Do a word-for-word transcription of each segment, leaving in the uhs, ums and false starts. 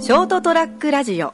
ショートトラックラジオ。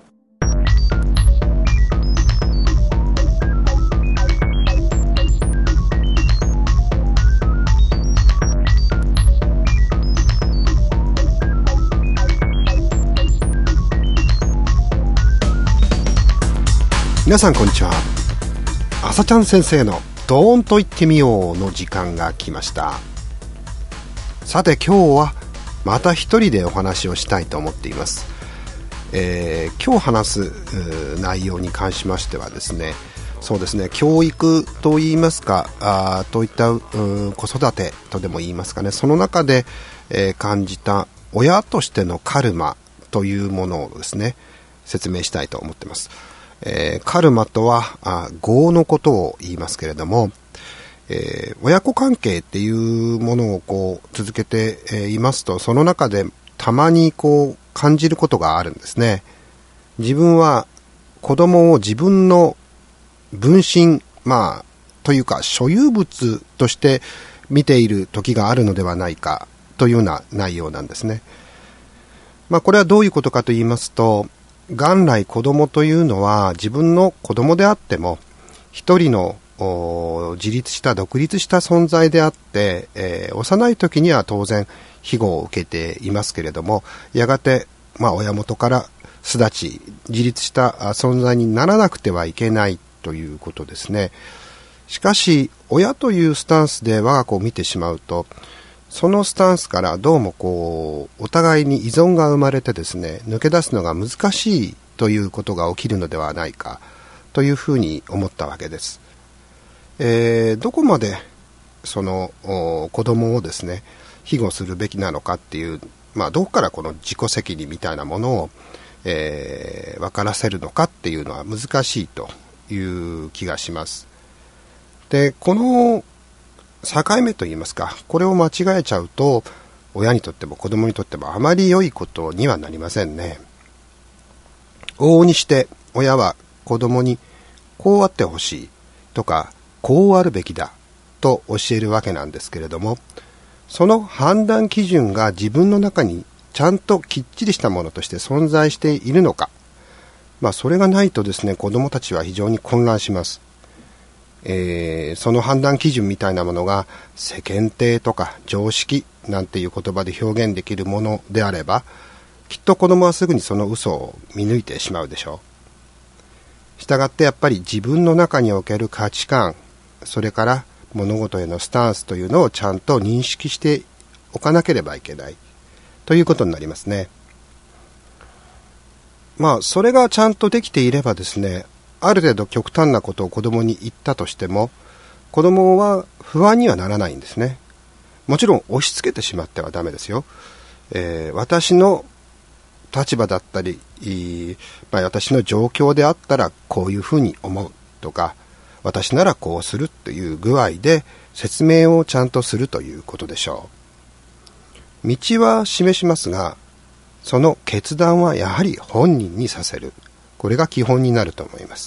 皆さんこんにちは。朝ちゃん先生のドーンと言ってみようの時間が来ました。さて今日はまた一人でお話をしたいと思っています。えー、今日話す内容に関しましてはですね、そうですね、教育と言いますか、あといったう子育てとでも言いますかね、その中で、えー、感じた親としてのカルマというものをですね、説明したいと思っています。えー、カルマとはあ業のことを言いますけれども、えー、親子関係っていうものをこう続けて、えー、いますと、その中でたまにこう感じることがあるんですね。自分は子供を自分の分身、まあというか所有物として見ている時があるのではないかというような内容なんですね。まあこれはどういうことかと言いますと、元来子供というのは自分の子供であっても一人の自立した独立した存在であって、えー、幼い時には当然庇護を受けていますけれども、やがて、まあ、親元から巣立ち自立した存在にならなくてはいけないということですね。しかし親というスタンスで我が子を見てしまうと、そのスタンスからどうもこうお互いに依存が生まれてですね、抜け出すのが難しいということが起きるのではないかというふうに思ったわけです。えー、どこまでその子供をですね庇護するべきなのかっていう、まあ、どこからこの自己責任みたいなものを、えー、分からせるのかっていうのは難しいという気がします。で、この境目といいますか、これを間違えちゃうと親にとっても子供にとってもあまり良いことにはなりませんね。往々にして親は子供にこうあってほしいとかこうあるべきだと教えるわけなんですけれども、その判断基準が自分の中にちゃんときっちりしたものとして存在しているのか、まあそれがないとですね、子供たちは非常に混乱します。えー、その判断基準みたいなものが世間体とか常識なんていう言葉で表現できるものであれば、きっと子供はすぐにその嘘を見抜いてしまうでしょう。したがってやっぱり自分の中における価値観、それから物事へのスタンスというのをちゃんと認識しておかなければいけないということになりますね。まあそれがちゃんとできていればですね、ある程度極端なことを子供に言ったとしても子供は不安にはならないんですね。もちろん押し付けてしまってはダメですよ。えー、私の立場だったり、まあ、私の状況であったらこういうふうに思うとか、私ならこうするという具合で説明をちゃんとするということでしょう。道は示しますが、その決断はやはり本人にさせる。これが基本になると思います。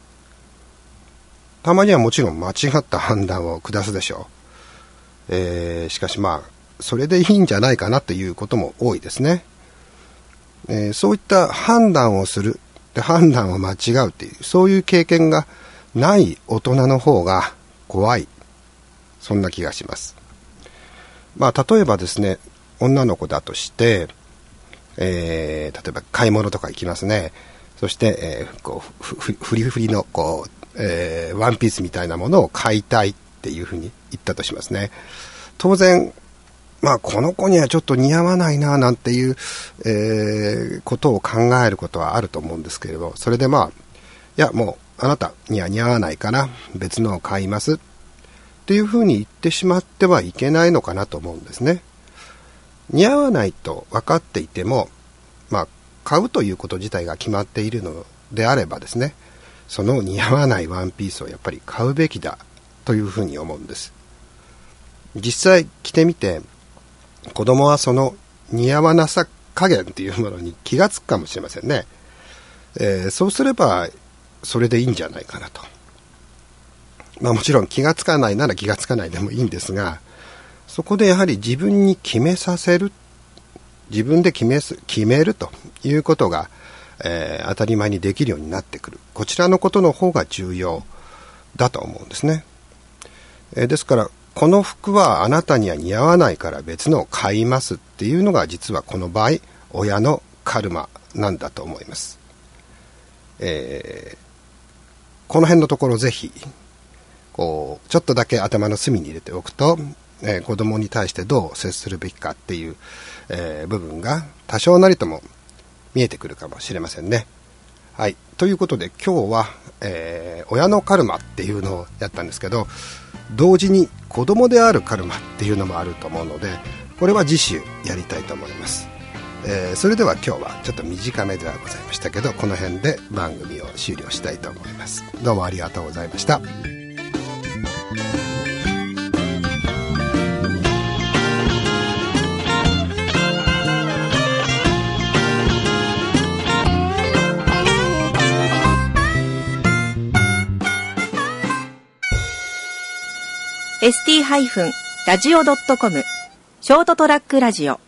たまにはもちろん間違った判断を下すでしょう。えー、しかしまあそれでいいんじゃないかなということも多いですね。えー、そういった判断をする、で判断を間違うという、そういう経験がない大人の方が怖い、そんな気がします。まあ例えばですね、女の子だとして、えー、例えば買い物とか行きますね。そして、えー、こうふふフリフリのこう、えー、ワンピースみたいなものを買いたいっていうふうに言ったとしますね。当然まあこの子にはちょっと似合わないななんていう、えー、ことを考えることはあると思うんですけれど、それでまあいやもうあなたには似合わないから別のを買いますっていうふうに言ってしまってはいけないのかなと思うんですね。似合わないと分かっていても、まあ買うということ自体が決まっているのであればですね、その似合わないワンピースをやっぱり買うべきだというふうに思うんです。実際着てみて子供はその似合わなさ加減というものに気がつくかもしれませんね。えー、そうすればそれでいいんじゃないかなと。まあもちろん気がつかないなら気がつかないでもいいんですが、そこでやはり自分に決めさせる、 自分で決めす決めるということが、えー、当たり前にできるようになってくる。こちらのことの方が重要だと思うんですね。えー、ですからこの服はあなたには似合わないから別のを買いますっていうのが実はこの場合親のカルマなんだと思います。えー、この辺のところぜひこうちょっとだけ頭の隅に入れておくと、えー、子供に対してどう接するべきかっていう、えー、部分が多少なりとも見えてくるかもしれませんね。はい、ということで今日は、えー、親のカルマっていうのをやったんですけど、同時に子供であるカルマっていうのもあると思うので、これは次週やりたいと思います。えー、それでは今日はちょっと短めではございましたけど、この辺で番組を終了したいと思います。どうもありがとうございました。 エスティー ラジオ ドットコム ショートトラックラジオ